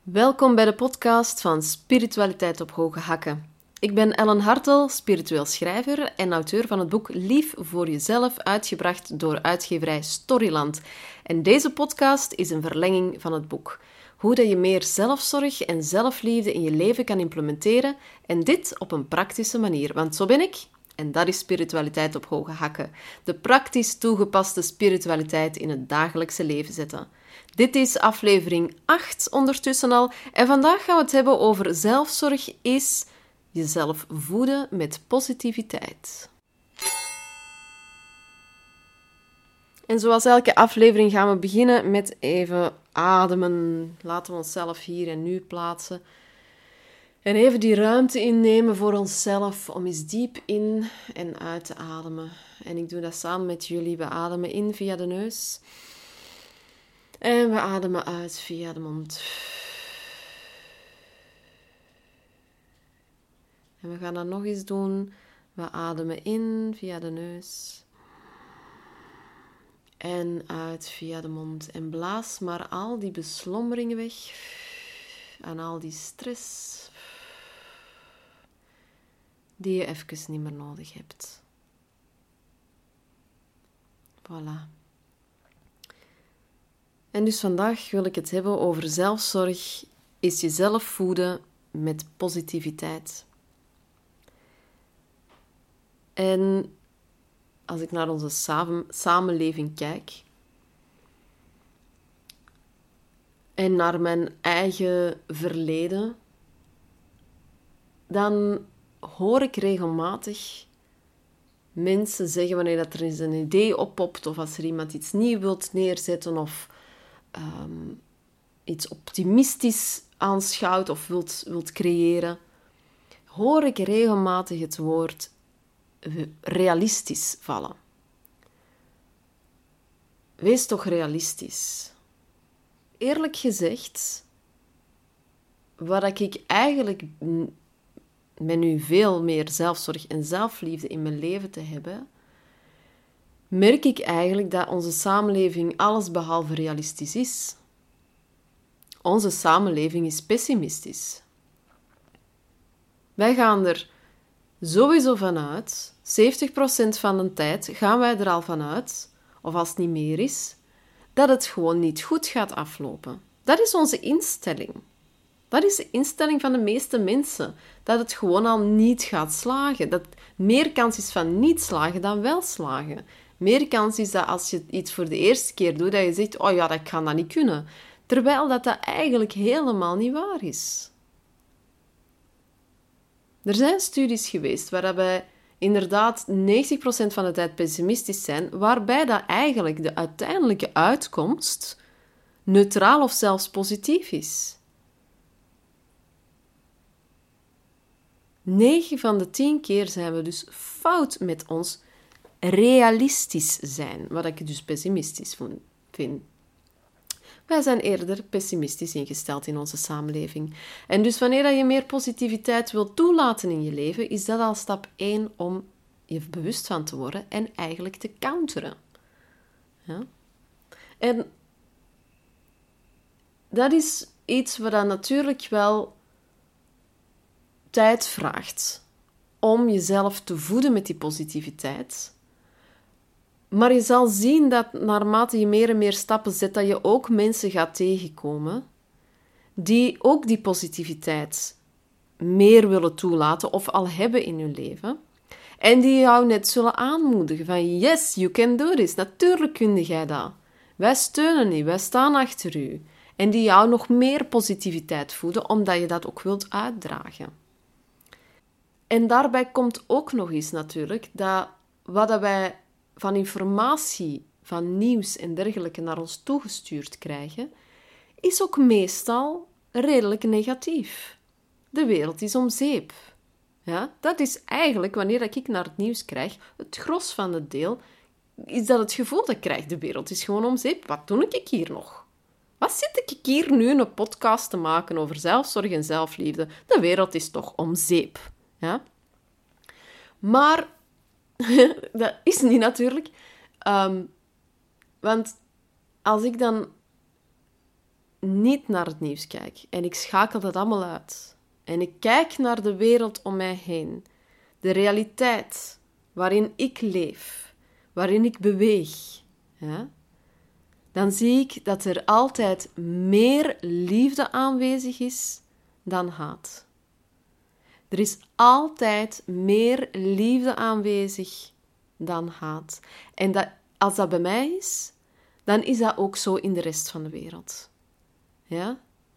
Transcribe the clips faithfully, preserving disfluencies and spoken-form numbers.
Welkom bij de podcast van Spiritualiteit op Hoge Hakken. Ik ben Ellen Hartel, spiritueel schrijver en auteur van het boek Lief voor Jezelf, uitgebracht door uitgeverij Storyland. En deze podcast is een verlenging van het boek. Hoe dat je meer zelfzorg en zelfliefde in je leven kan implementeren en dit op een praktische manier, want zo ben ik. En dat is spiritualiteit op hoge hakken. De praktisch toegepaste spiritualiteit in het dagelijkse leven zetten. Dit is aflevering acht ondertussen al. En vandaag gaan we het hebben over zelfzorg is jezelf voeden met positiviteit. En zoals elke aflevering gaan we beginnen met even ademen. Laten we onszelf hier en nu plaatsen. En even die ruimte innemen voor onszelf om eens diep in en uit te ademen. En ik doe dat samen met jullie. We ademen in via de neus. En we ademen uit via de mond. En we gaan dat nog eens doen. We ademen in via de neus. En uit via de mond. En blaas maar al die beslommeringen weg. En al die stress die je even niet meer nodig hebt. Voilà. En dus vandaag wil ik het hebben over zelfzorg is jezelf voeden met positiviteit. En als ik naar onze samen, samenleving kijk en naar mijn eigen verleden, dan hoor ik regelmatig mensen zeggen wanneer dat er eens een idee oppopt of als er iemand iets nieuws wilt neerzetten of um, iets optimistisch aanschouwt of wilt, wilt creëren, hoor ik regelmatig het woord realistisch vallen. Wees toch realistisch. Eerlijk gezegd, wat ik eigenlijk met nu veel meer zelfzorg en zelfliefde in mijn leven te hebben, merk ik eigenlijk dat onze samenleving allesbehalve realistisch is. Onze samenleving is pessimistisch. Wij gaan er sowieso vanuit, zeventig procent van de tijd gaan wij er al vanuit, of als het niet meer is, dat het gewoon niet goed gaat aflopen. Dat is onze instelling. Dat is de instelling van de meeste mensen. Dat het gewoon al niet gaat slagen. Dat meer kans is van niet slagen dan wel slagen. Meer kans is dat als je iets voor de eerste keer doet, dat je zegt, oh ja, dat kan dat niet kunnen. Terwijl dat, dat eigenlijk helemaal niet waar is. Er zijn studies geweest waarbij inderdaad negentig procent van de tijd pessimistisch zijn, waarbij dat eigenlijk de uiteindelijke uitkomst neutraal of zelfs positief is. negen van de tien keer zijn we dus fout met ons realistisch zijn, wat ik dus pessimistisch vind. Wij zijn eerder pessimistisch ingesteld in onze samenleving. En dus wanneer je meer positiviteit wilt toelaten in je leven, is dat al stap één om je bewust van te worden en eigenlijk te counteren. Ja? En dat is iets wat dan natuurlijk wel tijd vraagt om jezelf te voeden met die positiviteit. Maar je zal zien dat naarmate je meer en meer stappen zet, dat je ook mensen gaat tegenkomen die ook die positiviteit meer willen toelaten of al hebben in hun leven. En die jou net zullen aanmoedigen van yes, you can do this. Natuurlijk kun jij dat. Wij steunen u, wij staan achter u. En die jou nog meer positiviteit voeden, omdat je dat ook wilt uitdragen. En daarbij komt ook nog eens natuurlijk dat wat wij van informatie, van nieuws en dergelijke naar ons toegestuurd krijgen, is ook meestal redelijk negatief. De wereld is om zeep. Ja, dat is eigenlijk, wanneer ik naar het nieuws krijg, het gros van het deel, is dat het gevoel dat ik krijg, de wereld is gewoon om zeep. Wat doe ik hier nog? Wat zit ik hier nu een podcast te maken over zelfzorg en zelfliefde? De wereld is toch om zeep. Ja? Maar dat is niet natuurlijk. Um, want als ik dan niet naar het nieuws kijk en ik schakel dat allemaal uit en ik kijk naar de wereld om mij heen, de realiteit waarin ik leef, waarin ik beweeg, ja, dan zie ik dat er altijd meer liefde aanwezig is dan haat. Er is altijd meer liefde aanwezig dan haat. En dat, als dat bij mij is, dan is dat ook zo in de rest van de wereld. Ja?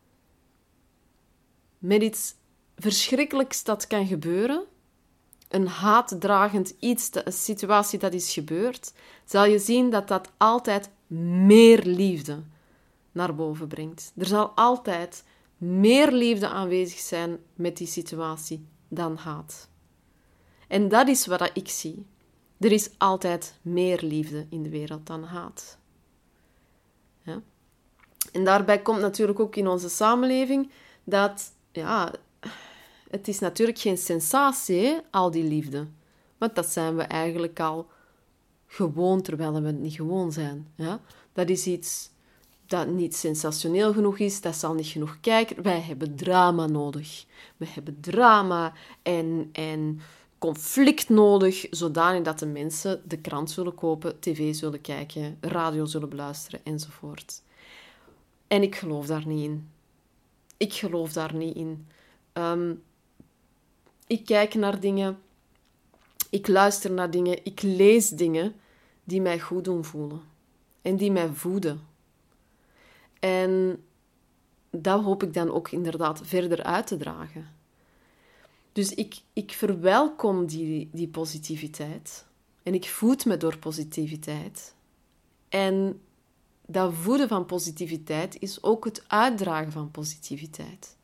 Met iets verschrikkelijks dat kan gebeuren, een haatdragend iets, een situatie dat is gebeurd, zal je zien dat dat altijd meer liefde naar boven brengt. Er zal altijd meer liefde aanwezig zijn met die situatie dan haat. En dat is wat ik zie. Er is altijd meer liefde in de wereld dan haat. Ja? En daarbij komt natuurlijk ook in onze samenleving dat, ja, het is natuurlijk geen sensatie, hè, al die liefde. Want dat zijn we eigenlijk al gewoon, terwijl we het niet gewoon zijn. Ja? Dat is iets dat niet sensationeel genoeg is, dat zal niet genoeg kijken. Wij hebben drama nodig. We hebben drama en, en conflict nodig, zodanig dat de mensen de krant zullen kopen, tv zullen kijken, radio zullen beluisteren, enzovoort. En ik geloof daar niet in. Ik geloof daar niet in. Um, ik kijk naar dingen, ik luister naar dingen, ik lees dingen die mij goed doen voelen. En die mij voeden. En dat hoop ik dan ook inderdaad verder uit te dragen. Dus ik, ik verwelkom die, die positiviteit. En ik voed me door positiviteit. En dat voeden van positiviteit is ook het uitdragen van positiviteit.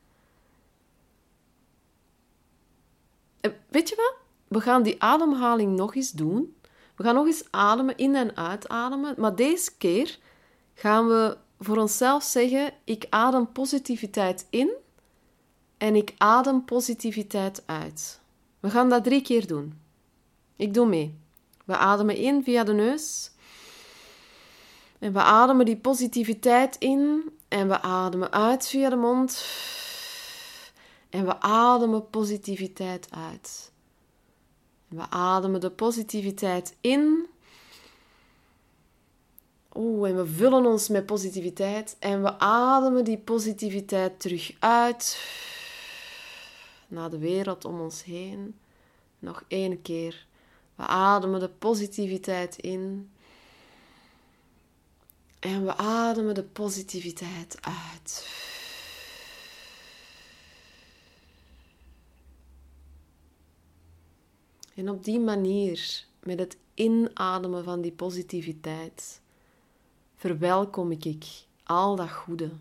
En weet je wat? We gaan die ademhaling nog eens doen. We gaan nog eens ademen, in- en uitademen. Maar deze keer gaan we voor onszelf zeggen, ik adem positiviteit in en ik adem positiviteit uit. We gaan dat drie keer doen. Ik doe mee. We ademen in via de neus. En we ademen die positiviteit in en we ademen uit via de mond. En we ademen positiviteit uit. En we ademen de positiviteit in. Oeh, en we vullen ons met positiviteit en we ademen die positiviteit terug uit naar de wereld om ons heen. Nog één keer. We ademen de positiviteit in en we ademen de positiviteit uit. En op die manier, met het inademen van die positiviteit, verwelkom ik al dat goede,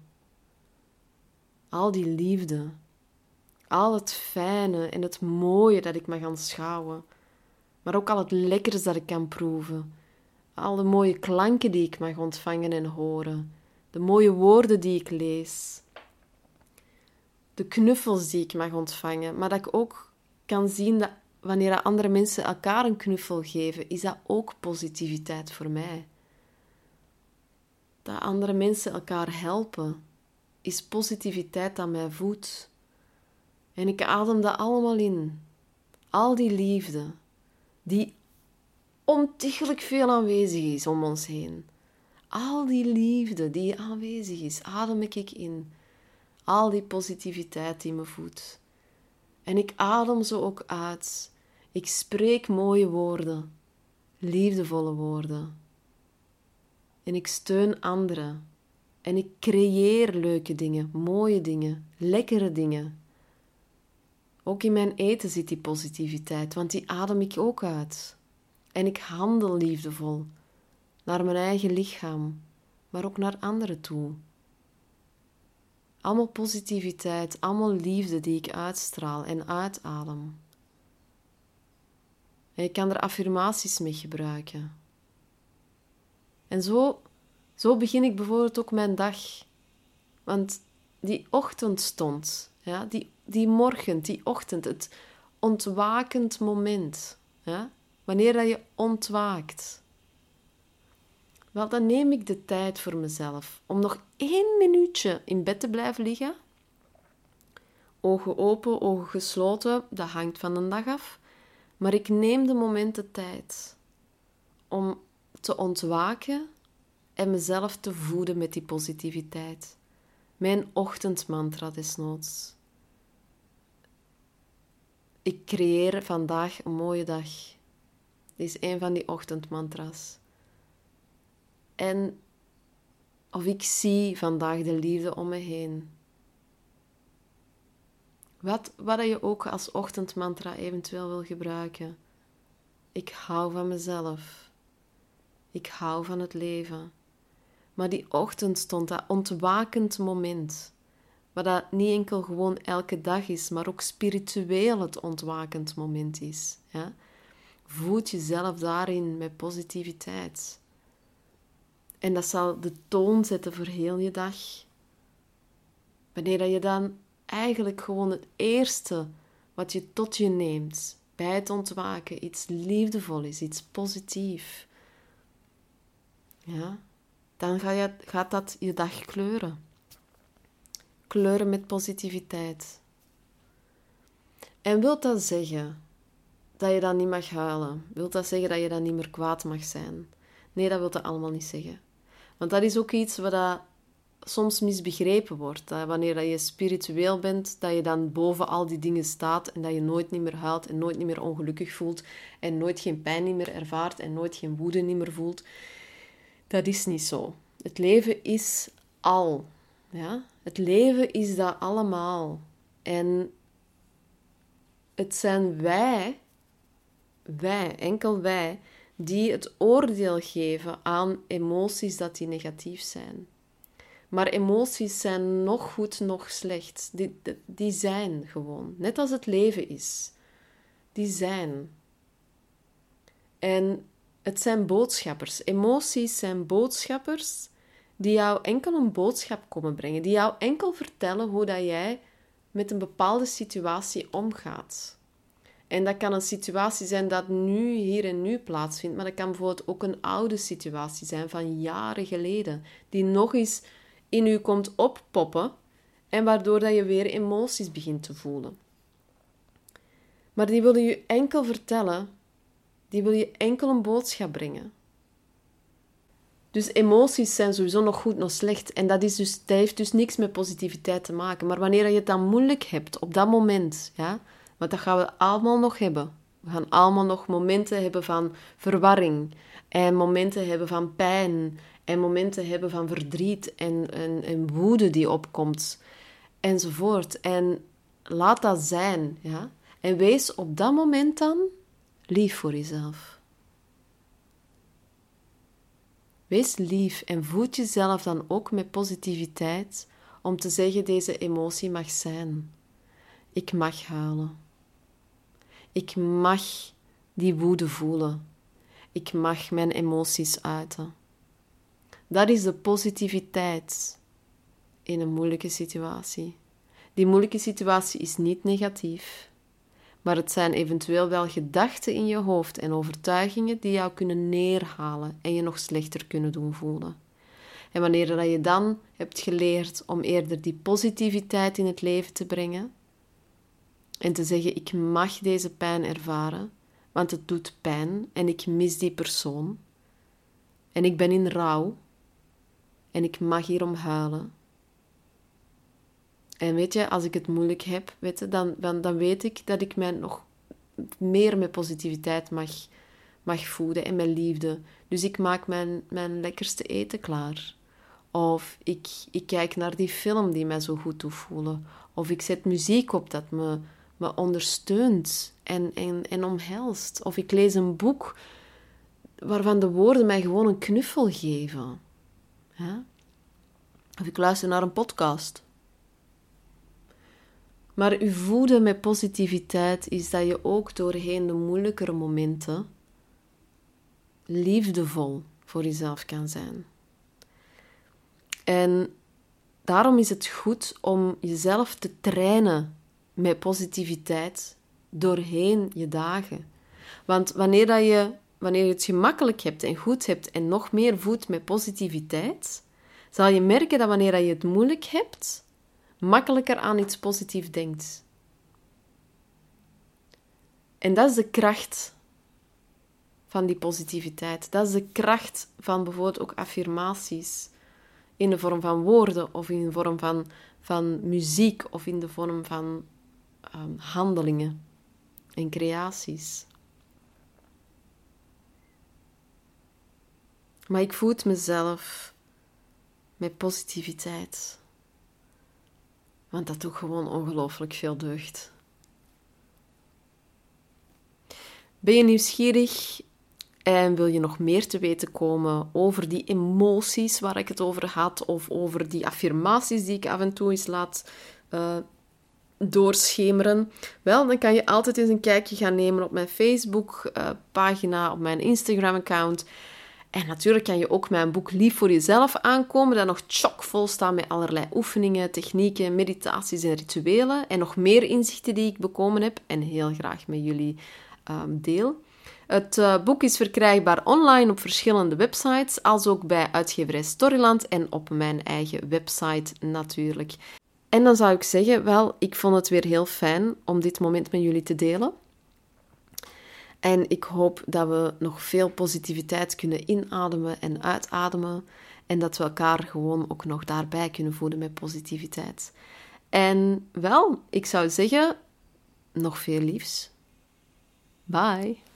al die liefde, al het fijne en het mooie dat ik mag aanschouwen, maar ook al het lekkers dat ik kan proeven, al de mooie klanken die ik mag ontvangen en horen, de mooie woorden die ik lees, de knuffels die ik mag ontvangen, maar dat ik ook kan zien dat wanneer andere mensen elkaar een knuffel geven, is dat ook positiviteit voor mij. Dat andere mensen elkaar helpen, is positiviteit dat mij voedt. En ik adem dat allemaal in. Al die liefde, die ontiegelijk veel aanwezig is om ons heen. Al die liefde die aanwezig is, adem ik in. Al die positiviteit die me voedt. En ik adem ze ook uit. Ik spreek mooie woorden, liefdevolle woorden. En ik steun anderen. En ik creëer leuke dingen, mooie dingen, lekkere dingen. Ook in mijn eten zit die positiviteit, want die adem ik ook uit. En ik handel liefdevol naar mijn eigen lichaam, maar ook naar anderen toe. Allemaal positiviteit, allemaal liefde die ik uitstraal en uitadem. En je kan er affirmaties mee gebruiken. En zo, zo begin ik bijvoorbeeld ook mijn dag. Want die ochtendstond, ja, die, die morgen, die ochtend, het ontwakend moment, ja, wanneer dat je ontwaakt. Wel, dan neem ik de tijd voor mezelf om nog één minuutje in bed te blijven liggen. Ogen open, ogen gesloten, dat hangt van de dag af. Maar ik neem de momenten tijd om te ontwaken en mezelf te voeden met die positiviteit. Mijn ochtendmantra desnoods. Ik creëer vandaag een mooie dag. Dit is een van die ochtendmantra's. En of ik zie vandaag de liefde om me heen. Wat, wat je ook als ochtendmantra eventueel wil gebruiken. Ik hou van mezelf. Ik hou van het leven. Maar die ochtend stond dat ontwakend moment. Wat dat niet enkel gewoon elke dag is, maar ook spiritueel het ontwakend moment is. Ja? Voed jezelf daarin met positiviteit. En dat zal de toon zetten voor heel je dag. Wanneer je dan eigenlijk gewoon het eerste wat je tot je neemt bij het ontwaken iets liefdevol is, iets positiefs. Ja, dan ga je, gaat dat je dag kleuren. Kleuren met positiviteit. En wil dat zeggen dat je dan niet mag huilen? Wil dat zeggen dat je dan niet meer kwaad mag zijn? Nee, dat wil dat allemaal niet zeggen. Want dat is ook iets wat dat soms misbegrepen wordt. Dat wanneer dat je spiritueel bent, dat je dan boven al die dingen staat en dat je nooit niet meer huilt en nooit niet meer ongelukkig voelt en nooit geen pijn niet meer ervaart en nooit geen woede niet meer voelt. Dat is niet zo. Het leven is al. Ja? Het leven is dat allemaal. En het zijn wij, wij, enkel wij, die het oordeel geven aan emoties dat die negatief zijn. Maar emoties zijn nog goed, nog slecht. Die, die zijn gewoon. Net als het leven is. Die zijn. En het zijn boodschappers. Emoties zijn boodschappers die jou enkel een boodschap komen brengen. Die jou enkel vertellen hoe dat jij met een bepaalde situatie omgaat. En dat kan een situatie zijn dat nu, hier en nu plaatsvindt. Maar dat kan bijvoorbeeld ook een oude situatie zijn van jaren geleden. Die nog eens in u komt oppoppen. En waardoor dat je weer emoties begint te voelen. Maar die willen je enkel vertellen. Die wil je enkel een boodschap brengen. Dus emoties zijn sowieso nog goed, nog slecht. En dat, is dus, dat heeft dus niks met positiviteit te maken. Maar wanneer je het dan moeilijk hebt, op dat moment, ja, want dat gaan we allemaal nog hebben. We gaan allemaal nog momenten hebben van verwarring. En momenten hebben van pijn. En momenten hebben van verdriet en, en, en woede die opkomt. Enzovoort. En laat dat zijn. Ja? En wees op dat moment dan lief voor jezelf. Wees lief en voed jezelf dan ook met positiviteit om te zeggen, deze emotie mag zijn. Ik mag huilen. Ik mag die woede voelen. Ik mag mijn emoties uiten. Dat is de positiviteit in een moeilijke situatie. Die moeilijke situatie is niet negatief, maar het zijn eventueel wel gedachten in je hoofd en overtuigingen die jou kunnen neerhalen en je nog slechter kunnen doen voelen. En wanneer je dan hebt geleerd om eerder die positiviteit in het leven te brengen en te zeggen, ik mag deze pijn ervaren, want het doet pijn en ik mis die persoon en ik ben in rouw en ik mag hierom huilen. En weet je, als ik het moeilijk heb, weet je, dan, dan, dan weet ik dat ik mij nog meer met positiviteit mag, mag voeden en met liefde. Dus ik maak mijn, mijn lekkerste eten klaar. Of ik, ik kijk naar die film die mij zo goed doet voelen. Of ik zet muziek op dat me, me ondersteunt en, en, en omhelst. Of ik lees een boek waarvan de woorden mij gewoon een knuffel geven. Ja? Of ik luister naar een podcast. Maar u voeden met positiviteit is dat je ook doorheen de moeilijkere momenten liefdevol voor jezelf kan zijn. En daarom is het goed om jezelf te trainen met positiviteit doorheen je dagen. Want wanneer dat je wanneer je het gemakkelijk hebt en goed hebt en nog meer voedt met positiviteit, zal je merken dat wanneer je het moeilijk hebt, makkelijker aan iets positiefs denkt. En dat is de kracht van die positiviteit. Dat is de kracht van bijvoorbeeld ook affirmaties. In de vorm van woorden of in de vorm van, van muziek of in de vorm van um, handelingen en creaties. Maar ik voed mezelf met positiviteit. Want dat doet gewoon ongelooflijk veel deugd. Ben je nieuwsgierig en wil je nog meer te weten komen over die emoties waar ik het over had, of over die affirmaties die ik af en toe eens laat uh, doorschemeren? Wel, dan kan je altijd eens een kijkje gaan nemen op mijn Facebook-pagina, uh, op mijn Instagram-account. En natuurlijk kan je ook mijn boek Lief voor Jezelf aankomen, dat nog chockvol staat met allerlei oefeningen, technieken, meditaties en rituelen. En nog meer inzichten die ik bekomen heb en heel graag met jullie um, deel. Het uh, boek is verkrijgbaar online op verschillende websites, als ook bij uitgeverij Storyland en op mijn eigen website natuurlijk. En dan zou ik zeggen, wel, ik vond het weer heel fijn om dit moment met jullie te delen. En ik hoop dat we nog veel positiviteit kunnen inademen en uitademen. En dat we elkaar gewoon ook nog daarbij kunnen voeden met positiviteit. En wel, ik zou zeggen, nog veel liefs. Bye.